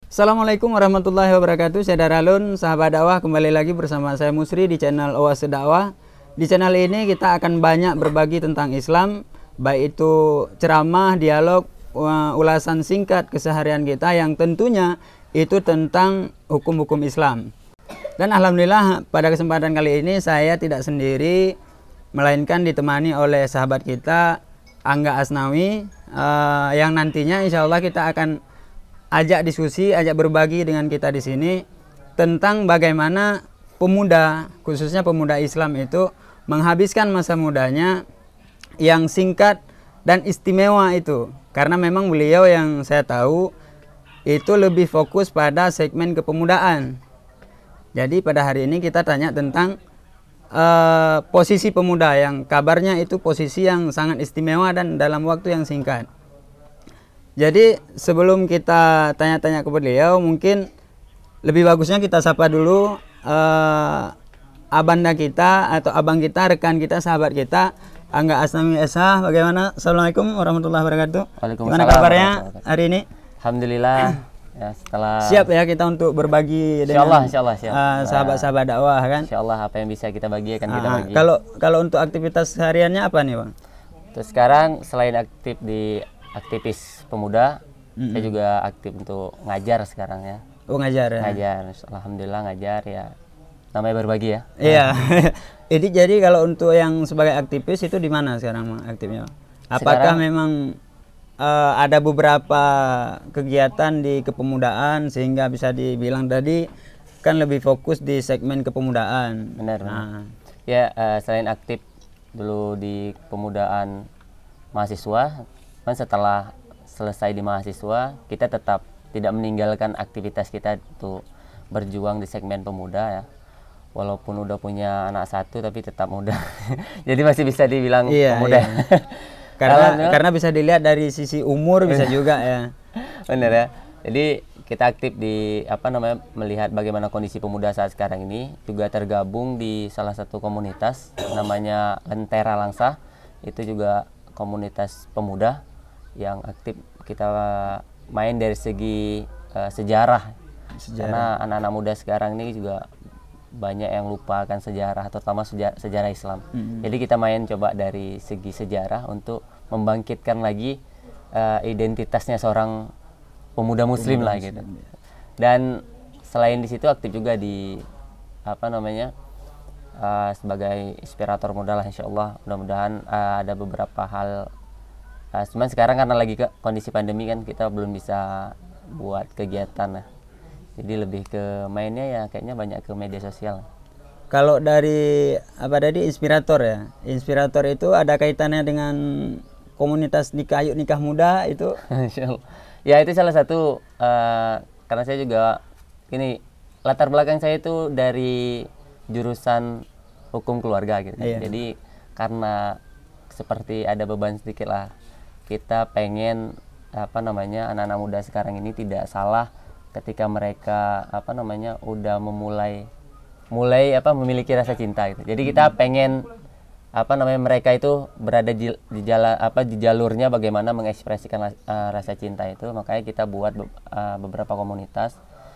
Assalamualaikum warahmatullahi wabarakatuh. Saudara Alun, sahabat dakwah, kembali lagi bersama saya Musri di channel Oase Dakwah. Di channel ini kita akan banyak berbagi tentang Islam, baik itu ceramah, dialog, ulasan singkat keseharian kita yang tentunya itu tentang hukum-hukum Islam. Dan alhamdulillah pada kesempatan kali ini saya tidak sendiri, melainkan ditemani oleh sahabat kita Angga Asnawi, yang nantinya insya Allah kita akan ajak diskusi, ajak berbagi dengan kita di sini tentang bagaimana pemuda, khususnya pemuda Islam itu menghabiskan masa mudanya yang singkat dan istimewa itu. Karena memang beliau yang saya tahu itu lebih fokus pada segmen kepemudaan. Jadi pada hari ini kita tanya tentang posisi pemuda yang kabarnya itu posisi yang sangat istimewa dan dalam waktu yang singkat. Jadi sebelum kita tanya-tanya ke beliau, mungkin lebih bagusnya kita sapa dulu abanda kita atau abang kita, rekan kita, sahabat kita, Angga Asnawi SH. Bagaimana? Assalamualaikum warahmatullahi wabarakatuh. Gimana kabarnya hari ini? Alhamdulillah. Ya, setelah siap ya kita untuk berbagi dengan Insyaallah siap. Sahabat-sahabat dakwah kan? Insyaallah apa yang bisa kita bagi akan kita bagi. Kalau untuk aktivitas hariannya apa nih, Bang? Terus sekarang selain aktif di aktivis pemuda, saya juga aktif untuk ngajar sekarang ya. Oh, ngajar ya? Ngajar, alhamdulillah ngajar ya. Namanya berbagi ya. Iya. Jadi kalau untuk yang sebagai aktivis itu di mana sekarang aktifnya? Apakah sekarang, memang ada beberapa kegiatan di kepemudaan sehingga bisa dibilang tadi kan lebih fokus di segmen kepemudaan? Benar. Ya, selain aktif dulu di kepemudaan mahasiswa, kan setelah selesai di mahasiswa kita tetap tidak meninggalkan aktivitas kita untuk berjuang di segmen pemuda ya. Walaupun udah punya anak satu tapi tetap muda. Jadi masih bisa dibilang pemuda. Iya. karena bisa dilihat dari sisi umur bisa juga ya. Benar ya. Jadi kita aktif di melihat bagaimana kondisi pemuda saat sekarang ini, juga tergabung di salah satu komunitas namanya Lentera Langsa. Itu juga komunitas pemuda yang aktif kita main dari segi sejarah. Karena anak-anak muda sekarang ini juga banyak yang lupa akan sejarah, terutama sejarah Islam. Jadi kita main coba dari segi sejarah untuk membangkitkan lagi identitasnya seorang pemuda muslim lah gitu. Dan selain di situ aktif juga di sebagai inspirator muda lah, insyaallah. Mudah-mudahan ada beberapa hal. Cuman sekarang karena lagi kondisi pandemi kan kita belum bisa buat kegiatan lah. Jadi lebih ke mainnya ya kayaknya banyak ke media sosial. Kalau dari tadi inspirator ya. Inspirator itu ada kaitannya dengan komunitas nikah muda itu? Insyaallah. Ya itu salah satu karena saya juga ini latar belakang saya itu dari jurusan hukum keluarga gitu. Iya. Jadi karena seperti ada beban sedikit lah. Kita pengen anak-anak muda sekarang ini tidak salah ketika mereka udah memiliki rasa cinta gitu. Jadi kita pengen mereka itu berada di jalan di jalurnya bagaimana mengekspresikan rasa cinta itu. Makanya kita buat beberapa komunitas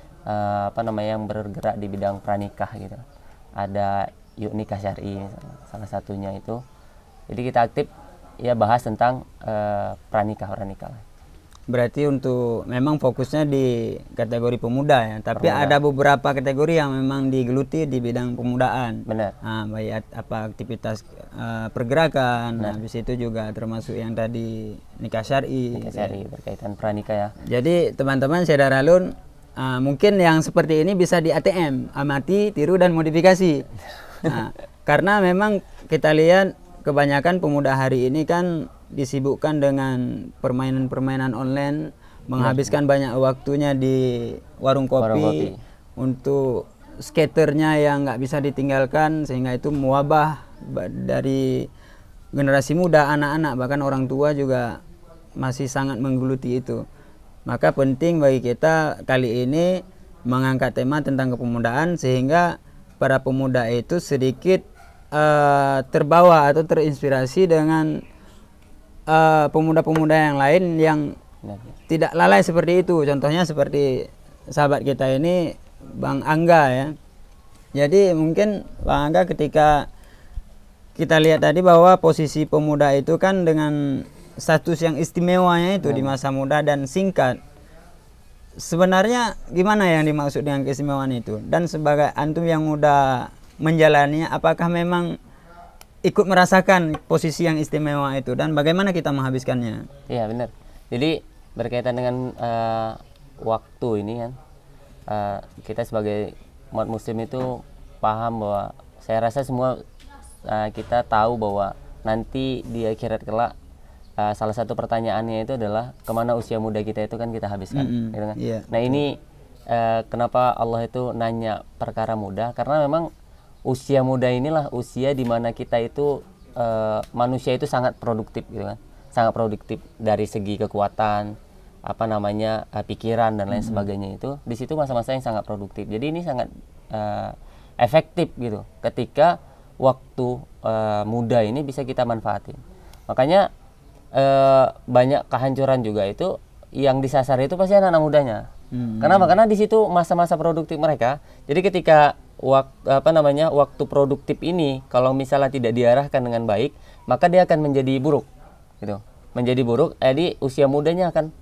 yang bergerak di bidang pranikah gitu. Ada Yuk Nikah Syar'i salah satunya itu. Jadi kita aktif ya bahas tentang pranikah. Berarti untuk memang fokusnya di kategori pemuda ya, tapi ada beberapa kategori yang memang digeluti di bidang pemudaan. Benar. Baik aktivitas pergerakan, habis itu juga termasuk yang tadi nikah syar'i. Nikah syar'i berkaitan pranikah ya. Jadi teman-teman saudara Alun, mungkin yang seperti ini bisa di ATM, amati, tiru dan modifikasi. Karena memang kita lihat kebanyakan pemuda hari ini kan disibukkan dengan permainan-permainan online, menghabiskan banyak waktunya di warung kopi. Untuk skaternya yang nggak bisa ditinggalkan, sehingga itu mewabah dari generasi muda, anak-anak, bahkan orang tua juga masih sangat menggeluti itu. Maka penting bagi kita kali ini mengangkat tema tentang kepemudaan sehingga para pemuda itu sedikit terbawa atau terinspirasi dengan pemuda-pemuda yang lain yang tidak lalai seperti itu. Contohnya seperti sahabat kita ini Bang Angga ya. Jadi mungkin Bang Angga, ketika kita lihat tadi bahwa posisi pemuda itu kan dengan status yang istimewanya itu di masa muda dan singkat. Sebenarnya gimana yang dimaksud dengan keistimewaan itu? Dan sebagai antum yang udah menjalaninya, apakah memang ikut merasakan posisi yang istimewa itu dan bagaimana kita menghabiskannya? Iya benar. Jadi berkaitan dengan waktu ini kan, kita sebagai umat muslim itu paham bahwa, saya rasa semua kita tahu bahwa nanti di akhirat kelak salah satu pertanyaannya itu adalah kemana usia muda kita itu kan kita habiskan, gitu kan? Yeah. Nah ini kenapa Allah itu nanya perkara muda, karena memang usia muda inilah usia dimana kita itu manusia itu sangat produktif, gitu kan? Sangat produktif dari segi kekuatan, apa namanya, pikiran dan lain sebagainya. Itu di situ masa-masa yang sangat produktif. Jadi ini sangat efektif gitu ketika waktu muda ini bisa kita manfaatin. Makanya banyak kehancuran juga itu yang disasar itu pasti anak-anak mudanya. Kenapa? Karena di situ masa-masa produktif mereka. Jadi ketika waktu produktif ini kalau misalnya tidak diarahkan dengan baik, maka dia akan menjadi buruk, gitu. Menjadi buruk. Jadi usia mudanya akan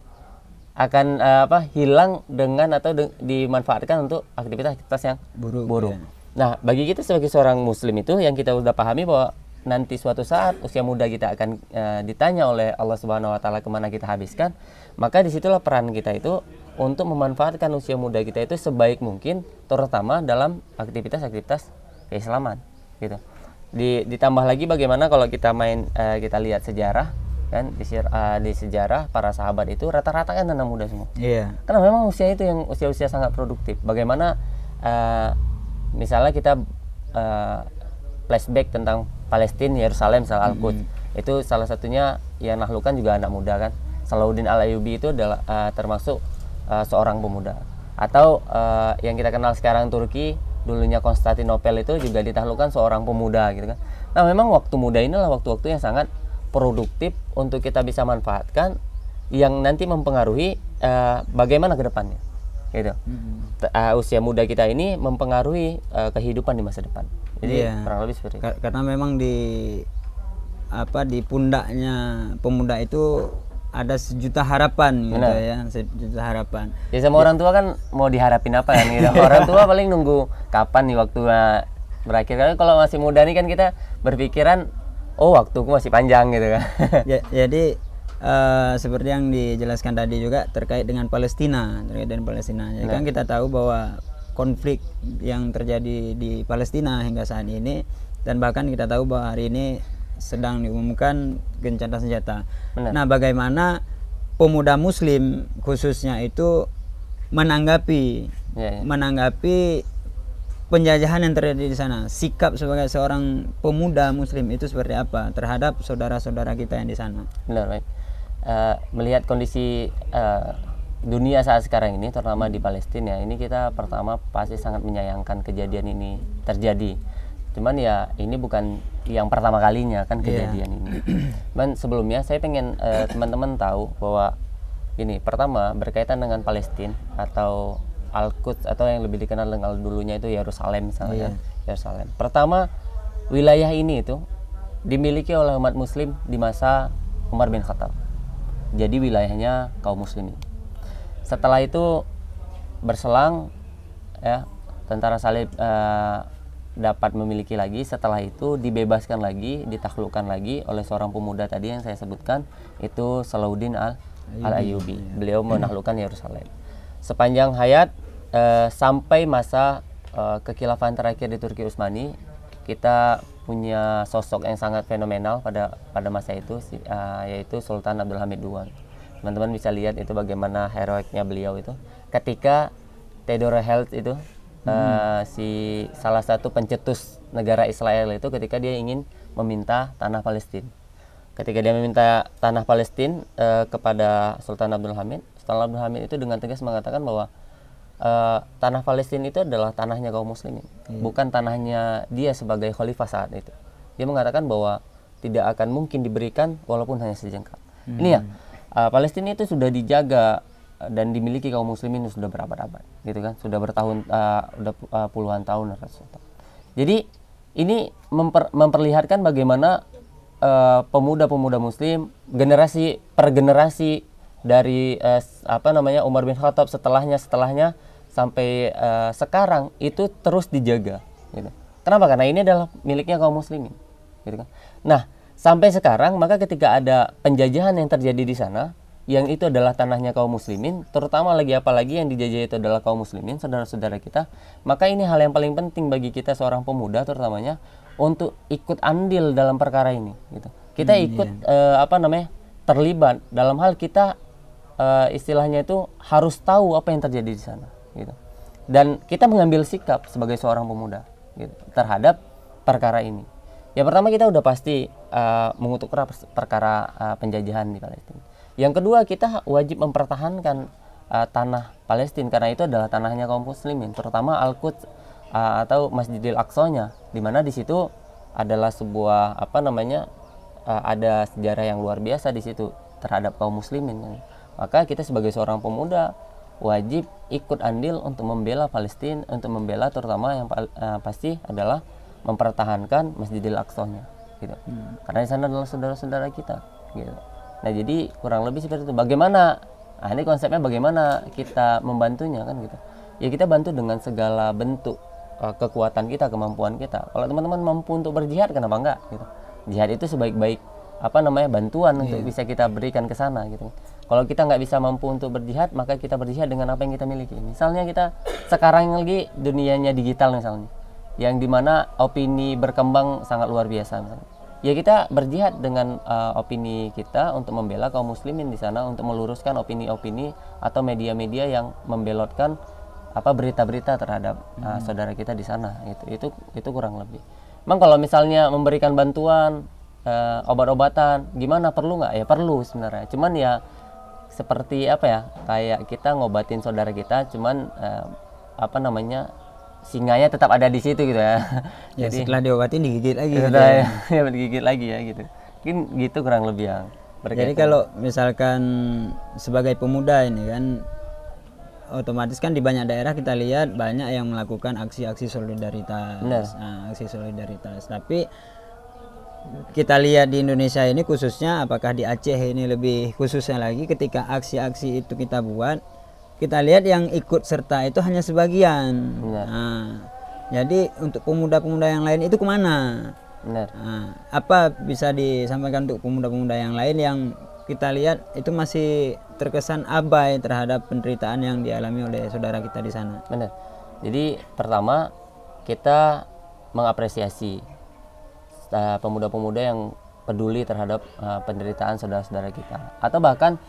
hilang dengan atau dimanfaatkan untuk aktivitas-aktivitas yang buruk. Ya. Nah, bagi kita sebagai seorang muslim itu yang kita sudah pahami bahwa nanti suatu saat usia muda kita akan ditanya oleh Allah Subhanahu wa taala kemana kita habiskan, maka disitulah peran kita itu untuk memanfaatkan usia muda kita itu sebaik mungkin, terutama dalam aktivitas-aktivitas keislaman, gitu. Ditambah lagi bagaimana kalau kita kita lihat sejarah kan, di sejarah para sahabat itu rata-rata kan anak muda semua. Iya. Karena memang usia itu yang usia-usia sangat produktif. Bagaimana misalnya kita flashback tentang Palestina, Yerusalem, Al-Quds, itu salah satunya yang naklukkan juga anak muda kan. Salahuddin Al-Ayyubi itu adalah termasuk seorang pemuda. Atau yang kita kenal sekarang Turki, dulunya Konstantinopel itu juga ditaklukkan seorang pemuda, gitu kan. Nah, memang waktu muda inilah waktu-waktu yang sangat produktif untuk kita bisa manfaatkan, yang nanti mempengaruhi bagaimana ke depannya, gitu. Usia muda kita ini mempengaruhi kehidupan di masa depan. Jadi kurang lebih seperti itu. Karena memang di pundaknya pemuda itu ada sejuta harapan, gitu. Benar. Ya, sejuta harapan. Ya sama orang tua kan mau diharapin apa kan, gitu. Orang tua paling nunggu kapan nih waktu berakhir. Karena kalau masih muda nih kan kita berpikiran, oh waktuku masih panjang, gitu kan. Jadi seperti yang dijelaskan tadi juga terkait dengan Palestina. Jadi kan kita tahu bahwa konflik yang terjadi di Palestina hingga saat ini, dan bahkan kita tahu bahwa hari ini sedang diumumkan gencatan senjata. Benar. Nah, bagaimana pemuda muslim khususnya itu menanggapi penjajahan yang terjadi di sana? Sikap sebagai seorang pemuda muslim itu seperti apa terhadap saudara-saudara kita yang di sana? Benar, baik. Melihat kondisi dunia saat sekarang ini, terutama di Palestina, ini kita pertama pasti sangat menyayangkan kejadian ini terjadi. Cuman ya ini bukan yang pertama kalinya kan kejadian ini. Cuman sebelumnya saya pengen teman-teman tahu bahwa ini pertama berkaitan dengan Palestina atau Al-Quds, atau yang lebih dikenal dengan dulunya itu Yerusalem misalnya. Yerusalem. Pertama, wilayah ini itu dimiliki oleh umat muslim di masa Umar bin Khattab. Jadi wilayahnya kaum muslimin. Setelah itu berselang ya, tentara salib dapat memiliki lagi. Setelah itu dibebaskan lagi, ditaklukkan lagi oleh seorang pemuda tadi yang saya sebutkan, itu Salahuddin Al-Ayyubi. Beliau menaklukkan Yerusalem. Sepanjang hayat sampai masa kekhilafan terakhir di Turki Utsmani, kita punya sosok yang sangat fenomenal pada masa itu, yaitu Sultan Abdul Hamid II. Teman-teman bisa lihat itu bagaimana heroiknya beliau itu ketika Theodor Herzl itu si salah satu pencetus negara Israel itu, ketika dia ingin meminta tanah Palestina. Ketika dia meminta tanah Palestina kepada Sultan Abdul Hamid, Sultan Abdul Hamid itu dengan tegas mengatakan bahwa tanah Palestina itu adalah tanahnya kaum muslimin, bukan tanahnya dia sebagai khalifah saat itu. Dia mengatakan bahwa tidak akan mungkin diberikan walaupun hanya sejengkal. Ini ya, Palestina itu sudah dijaga dan dimiliki kaum muslimin sudah berabad-abad gitu kan, sudah bertahun udah puluhan tahun. Jadi ini memperlihatkan bagaimana pemuda-pemuda muslim generasi per generasi dari Umar bin Khattab setelahnya sampai sekarang itu terus dijaga gitu. Kenapa? Karena ini adalah miliknya kaum muslimin gitu kan. Nah, sampai sekarang maka ketika ada penjajahan yang terjadi di sana yang itu adalah tanahnya kaum muslimin, terutama apalagi yang dijajah itu adalah kaum muslimin, saudara-saudara kita, maka ini hal yang paling penting bagi kita seorang pemuda terutamanya untuk ikut andil dalam perkara ini gitu. Kita ikut terlibat dalam hal kita istilahnya itu harus tahu apa yang terjadi di sana gitu. Dan kita mengambil sikap sebagai seorang pemuda gitu, terhadap perkara ini. Yang pertama, kita udah pasti mengutuk keras perkara penjajahan di Palestina. Yang kedua, kita wajib mempertahankan tanah Palestina karena itu adalah tanahnya kaum muslimin, terutama Al-Quds atau Masjidil Aqsa-nya, di mana di situ adalah sebuah ada sejarah yang luar biasa di situ terhadap kaum muslimin. Maka kita sebagai seorang pemuda wajib ikut andil untuk membela Palestina, untuk membela terutama yang pasti adalah mempertahankan Masjidil Aqsa-nya gitu. Karena di sana adalah saudara-saudara kita gitu. Nah, jadi kurang lebih seperti itu. Bagaimana? Nah, ini konsepnya bagaimana kita membantunya kan gitu. Ya kita bantu dengan segala bentuk kekuatan kita, kemampuan kita. Kalau teman-teman mampu untuk berjihad, kenapa enggak gitu. Jihad itu sebaik-baik bantuan untuk bisa kita berikan ke sana gitu. Kalau kita nggak bisa mampu untuk berjihad, maka kita berjihad dengan apa yang kita miliki. Misalnya kita sekarang lagi dunianya digital misalnya, yang dimana opini berkembang sangat luar biasa misalnya. Ya kita berjihad dengan opini kita untuk membela kaum muslimin di sana, untuk meluruskan opini-opini atau media-media yang membelotkan berita-berita terhadap saudara kita di sana. Itu kurang lebih. Emang kalau misalnya memberikan bantuan obat-obatan, gimana, perlu nggak? Ya perlu sebenarnya. Cuman ya seperti kayak kita ngobatin saudara kita, cuman singanya tetap ada di situ gitu ya. Ya, jadi setelah diobatin digigit lagi. Ya digigit lagi ya gitu. Mungkin gitu kurang lebih yang berkaitan. Jadi kalau misalkan sebagai pemuda ini kan, otomatis kan di banyak daerah kita lihat banyak yang melakukan aksi-aksi solidaritas. Aksi solidaritas. Tapi kita lihat di Indonesia ini khususnya, apakah di Aceh ini lebih khususnya lagi, ketika aksi-aksi itu kita buat, kita lihat yang ikut serta itu hanya sebagian. Nah, jadi untuk pemuda-pemuda yang lain itu kemana? Nah, apa bisa disampaikan untuk pemuda-pemuda yang lain yang kita lihat itu masih terkesan abai terhadap penderitaan yang dialami oleh saudara kita di sana? Benar. Jadi pertama, kita mengapresiasi pemuda-pemuda yang peduli terhadap penderitaan saudara-saudara kita, atau bahkan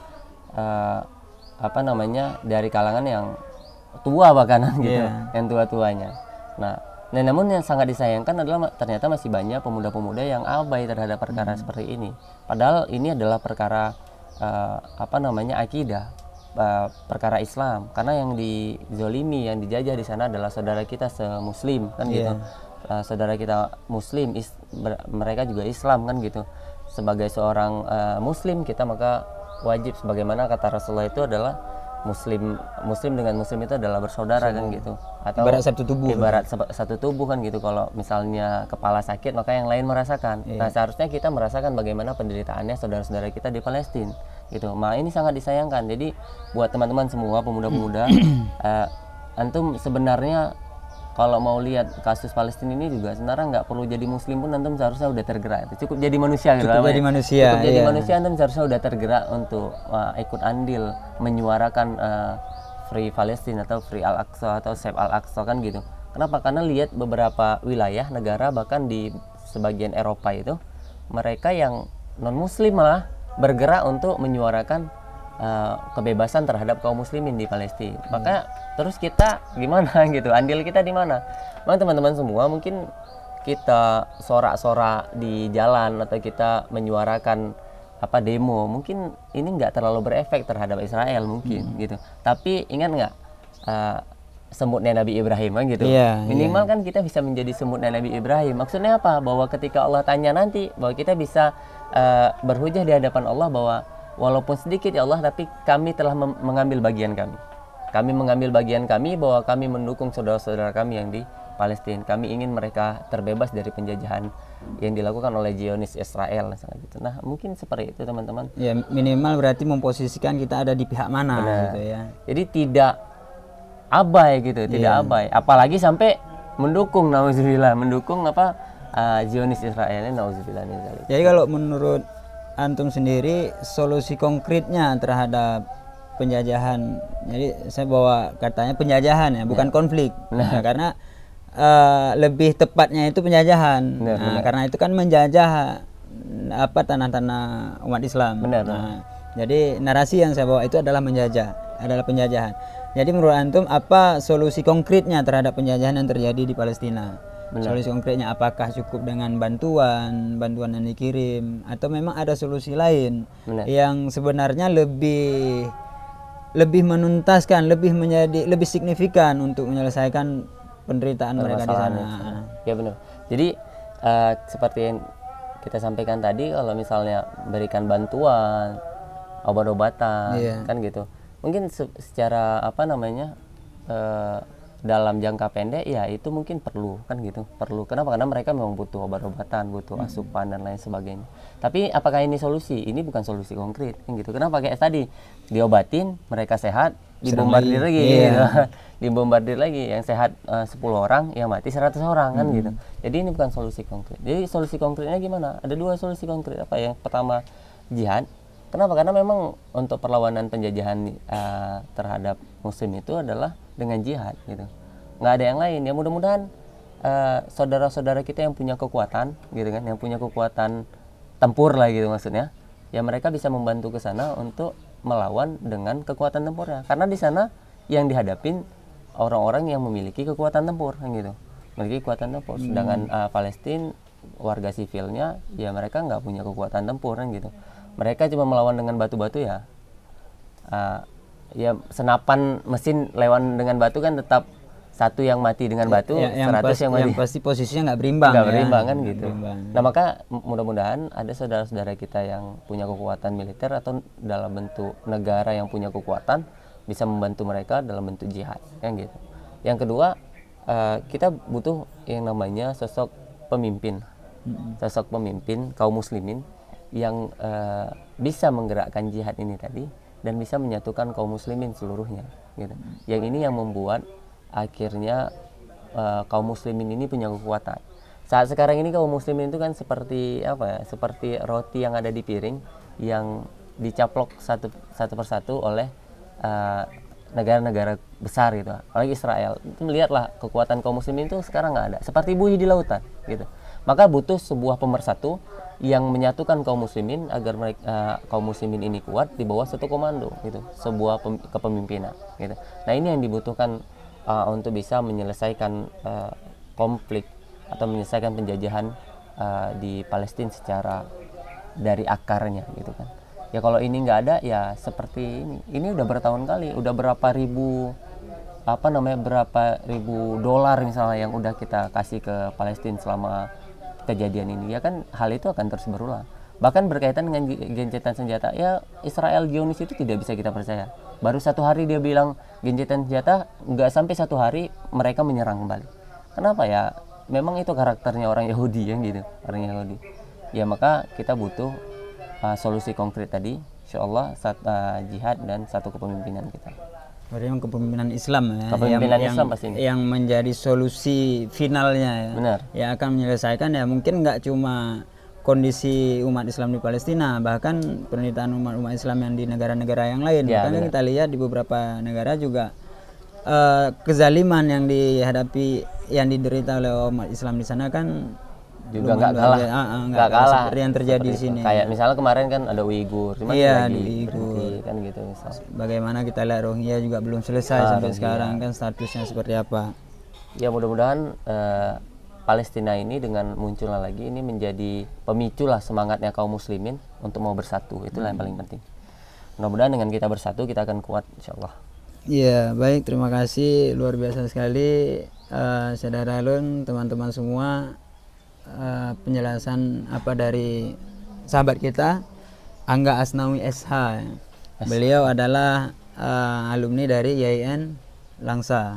dari kalangan yang tua bahkan gitu, yang tua-tuanya. Nah, namun yang sangat disayangkan adalah ternyata masih banyak pemuda-pemuda yang abai terhadap perkara seperti ini. Padahal ini adalah perkara akidah, perkara Islam. Karena yang dizolimi, yang dijajah di sana adalah saudara kita semuslim kan gitu. Saudara kita muslim, mereka juga Islam kan gitu. Sebagai seorang muslim kita maka wajib, sebagaimana kata Rasulullah itu adalah muslim dengan muslim itu adalah bersaudara kan gitu, atau ibarat satu tubuh kan gitu. Kalau misalnya kepala sakit maka yang lain merasakan. Nah, seharusnya kita merasakan bagaimana penderitaannya saudara-saudara kita di Palestina gitu. Nah, ini sangat disayangkan. Jadi buat teman-teman semua pemuda-pemuda, antum sebenarnya kalau mau lihat kasus Palestina ini juga sebenarnya nggak perlu jadi muslim pun antum seharusnya udah tergerak. Cukup jadi manusia gitu. Cukup jadi manusia antum seharusnya udah tergerak untuk ikut andil menyuarakan Free Palestine atau Free Al-Aqsa atau Save Al-Aqsa kan gitu. Kenapa? Karena lihat beberapa wilayah negara bahkan di sebagian Eropa itu mereka yang non muslim malah bergerak untuk menyuarakan kebebasan terhadap kaum muslimin di Palestina. Maka terus kita gimana gitu, andil kita di mana? Memang teman-teman semua mungkin kita sorak-sorak di jalan atau kita menyuarakan demo, mungkin ini nggak terlalu berefek terhadap Israel mungkin gitu. Tapi ingat nggak semutnya Nabi Ibrahim kan gitu. Minimal kan kita bisa menjadi semutnya Nabi Ibrahim. Maksudnya apa? Bahwa ketika Allah tanya nanti, bahwa kita bisa berhujah di hadapan Allah bahwa walaupun sedikit ya Allah, tapi kami telah mengambil bagian kami. Kami mengambil bagian kami bahwa kami mendukung saudara-saudara kami yang di Palestina. Kami ingin mereka terbebas dari penjajahan yang dilakukan oleh Zionis Israel gitu. Nah, mungkin seperti itu teman-teman. Ya, minimal berarti memposisikan kita ada di pihak mana. Benar. Gitu ya. Jadi tidak abai gitu, tidak abai. Apalagi sampai mendukung, nauzubillah, mendukung apa Zionis Israel ini, nauzubillah min dzalik. Jadi kalau menurut antum sendiri solusi konkretnya terhadap penjajahan, jadi saya bawa katanya penjajahan ya, bukan konflik. Nah, karena lebih tepatnya itu penjajahan. Karena itu kan menjajah apa tanah-tanah umat Islam. Jadi narasi yang saya bawa itu adalah menjajah, adalah penjajahan. Jadi menurut antum apa solusi konkretnya terhadap penjajahan yang terjadi di Palestina? Solusi konkretnya apakah cukup dengan bantuan yang dikirim, atau memang ada solusi lain yang sebenarnya lebih menuntaskan, lebih signifikan untuk menyelesaikan penderitaan mereka di sana. Ya benar. Jadi seperti yang kita sampaikan tadi, kalau misalnya berikan bantuan, obat-obatan, kan gitu. Mungkin secara apa namanya dalam jangka pendek ya itu mungkin perlu, kan gitu. Perlu. Kenapa? Karena mereka memang butuh obat-obatan, butuh asupan dan lain sebagainya. Tapi apakah ini solusi? Ini bukan solusi konkret, kan gitu. Kenapa? Kayak tadi diobatin, mereka sehat, dibombardir lagi gitu. Dibombardir lagi, yang sehat 10 orang, yang mati 100 orang, kan gitu. Jadi ini bukan solusi konkret. Jadi solusi konkretnya gimana? Ada dua solusi konkret. Apa? Yang pertama, jihad. Kenapa? Karena memang untuk perlawanan penjajahan terhadap muslim itu adalah dengan jihad gitu. Nggak ada yang lain. Ya mudah-mudahan saudara-saudara kita yang punya kekuatan gitu kan, yang punya kekuatan tempur lah gitu maksudnya, ya mereka bisa membantu ke sana untuk melawan dengan kekuatan tempurnya. Karena di sana yang dihadapin orang-orang yang memiliki kekuatan tempur, kan gitu. Memiliki kekuatan tempur. Sedangkan Palestina warga sipilnya ya mereka nggak punya kekuatan tempur, kan gitu. Mereka cuma melawan dengan batu-batu ya. Ya senapan mesin lawan dengan batu kan tetap satu yang mati dengan batu, 100 yang mati. Yang pasti posisinya nggak berimbang. Nggak berimbang, kan gitu. Nah maka mudah-mudahan ada saudara-saudara kita yang punya kekuatan militer atau dalam bentuk negara yang punya kekuatan bisa membantu mereka dalam bentuk jihad, kan gitu. Yang kedua, kita butuh yang namanya sosok pemimpin kaum muslimin yang bisa menggerakkan jihad ini tadi dan bisa menyatukan kaum muslimin seluruhnya gitu. Yang ini yang membuat akhirnya kaum muslimin ini punya kekuatan. Saat sekarang ini kaum muslimin itu kan seperti apa ya? Seperti roti yang ada di piring yang dicaplok satu persatu oleh negara-negara besar gitu. Apalagi Israel. Itu melihatlah kekuatan kaum muslimin itu sekarang nggak ada. Seperti buih di lautan gitu. Maka butuh sebuah pemersatu yang menyatukan kaum muslimin agar mereka kaum muslimin ini kuat di bawah satu komando gitu, sebuah kepemimpinan gitu. Nah, ini yang dibutuhkan untuk bisa menyelesaikan konflik atau menyelesaikan penjajahan di Palestina secara dari akarnya gitu kan. Ya kalau ini nggak ada ya seperti ini. Ini udah bertahun kali, udah berapa ribu dolar misalnya yang udah kita kasih ke Palestina selama kejadian ini, ya kan hal itu akan terus berulang. Bahkan berkaitan dengan gencatan senjata, ya Israel Zionis itu tidak bisa kita percaya. Baru 1 hari dia bilang gencatan senjata, nggak sampai 1 hari mereka menyerang kembali. Kenapa ya? Memang itu karakternya orang Yahudi ya gitu, orang Yahudi. Ya maka kita butuh solusi konkret tadi, insyaallah jihad dan satu kepemimpinan kita. Berarti yang kepemimpinan Islam ya, Islam pasti yang menjadi solusi finalnya ya. Benar. Yang akan menyelesaikan ya mungkin nggak cuma kondisi umat Islam di Palestina, bahkan penderitaan umat Islam yang di negara-negara yang lain. Ya, karena kita lihat di beberapa negara juga kezaliman yang dihadapi, yang diderita oleh umat Islam di sana kan juga nggak kalah seperti yang terjadi di sini. Kayak misalnya kemarin kan ada Uighur, cuma lagi berhenti kan gitu misalnya. Bagaimana kita lihat Rohingya juga belum selesai sampai sekarang kan statusnya seperti apa. Ya mudah-mudahan Palestina ini dengan munculnya lagi ini menjadi pemicu lah semangatnya kaum muslimin untuk mau bersatu. Itulah yang paling penting. Mudah-mudahan dengan kita bersatu kita akan kuat insyaallah. Iya, baik, terima kasih, luar biasa sekali saudara Alun, teman-teman semua, penjelasan apa dari sahabat kita Angga Asnawi SH. Beliau adalah alumni dari YIN Langsa.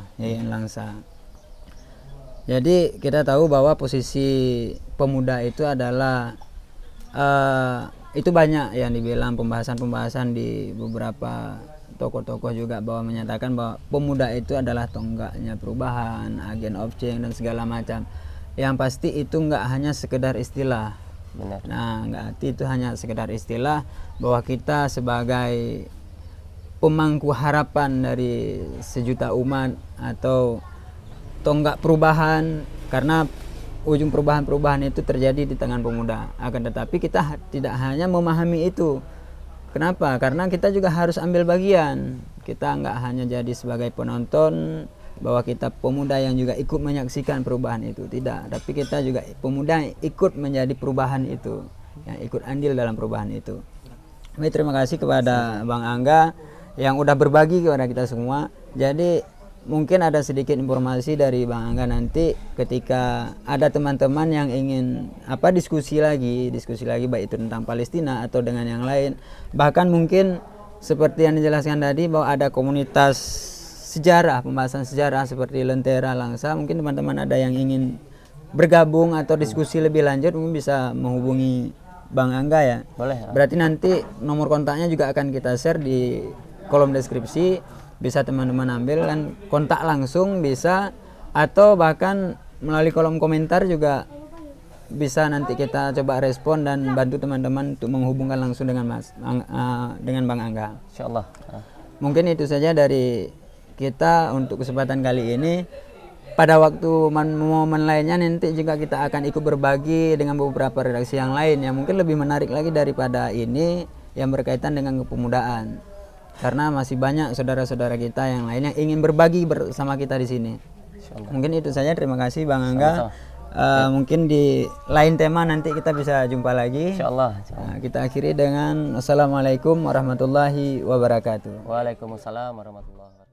Jadi kita tahu bahwa posisi pemuda itu adalah itu banyak yang dibilang pembahasan di beberapa tokoh-tokoh juga bahwa menyatakan bahwa pemuda itu adalah tonggaknya perubahan, agen of change dan segala macam. Yang pasti itu nggak hanya sekedar istilah. Benar. Nah, nggak itu hanya sekedar istilah bahwa kita sebagai pemangku harapan dari sejuta umat atau tonggak perubahan, karena ujung perubahan itu terjadi di tangan pemuda. Akan tetapi kita tidak hanya memahami itu. Kenapa? Karena kita juga harus ambil bagian. Kita nggak hanya jadi sebagai penonton bahwa kita pemuda yang juga ikut menyaksikan perubahan itu, tidak. Tapi kita juga pemuda yang ikut menjadi perubahan itu, yang ikut andil dalam perubahan itu. Baik, terima kasih kepada Bang Angga yang udah berbagi kepada kita semua. Jadi mungkin ada sedikit informasi dari Bang Angga nanti ketika ada teman-teman yang ingin diskusi lagi baik itu tentang Palestina atau dengan yang lain. Bahkan mungkin seperti yang dijelaskan tadi bahwa ada komunitas sejarah, pembahasan sejarah seperti Lentera Langsa, mungkin teman-teman ada yang ingin bergabung atau diskusi lebih lanjut mungkin bisa menghubungi Bang Angga ya. Boleh. Berarti nanti nomor kontaknya juga akan kita share di kolom deskripsi. Bisa teman-teman ambil dan kontak langsung bisa, atau bahkan melalui kolom komentar juga bisa, nanti kita coba respon dan bantu teman-teman untuk menghubungkan langsung dengan Bang Angga. Insyaallah. Mungkin itu saja dari kita untuk kesempatan kali ini. Pada waktu momen lainnya nanti juga kita akan ikut berbagi dengan beberapa redaksi yang lain yang mungkin lebih menarik lagi daripada ini yang berkaitan dengan kepemudaan. Karena masih banyak saudara-saudara kita yang lain yang ingin berbagi bersama kita di sini. Mungkin itu saja. Terima kasih Bang Angga. Mungkin di lain tema nanti kita bisa jumpa lagi. Insyaallah. Kita akhiri dengan Assalamualaikum warahmatullahi wabarakatuh. Waalaikumsalam warahmatullahi wabarakatuh.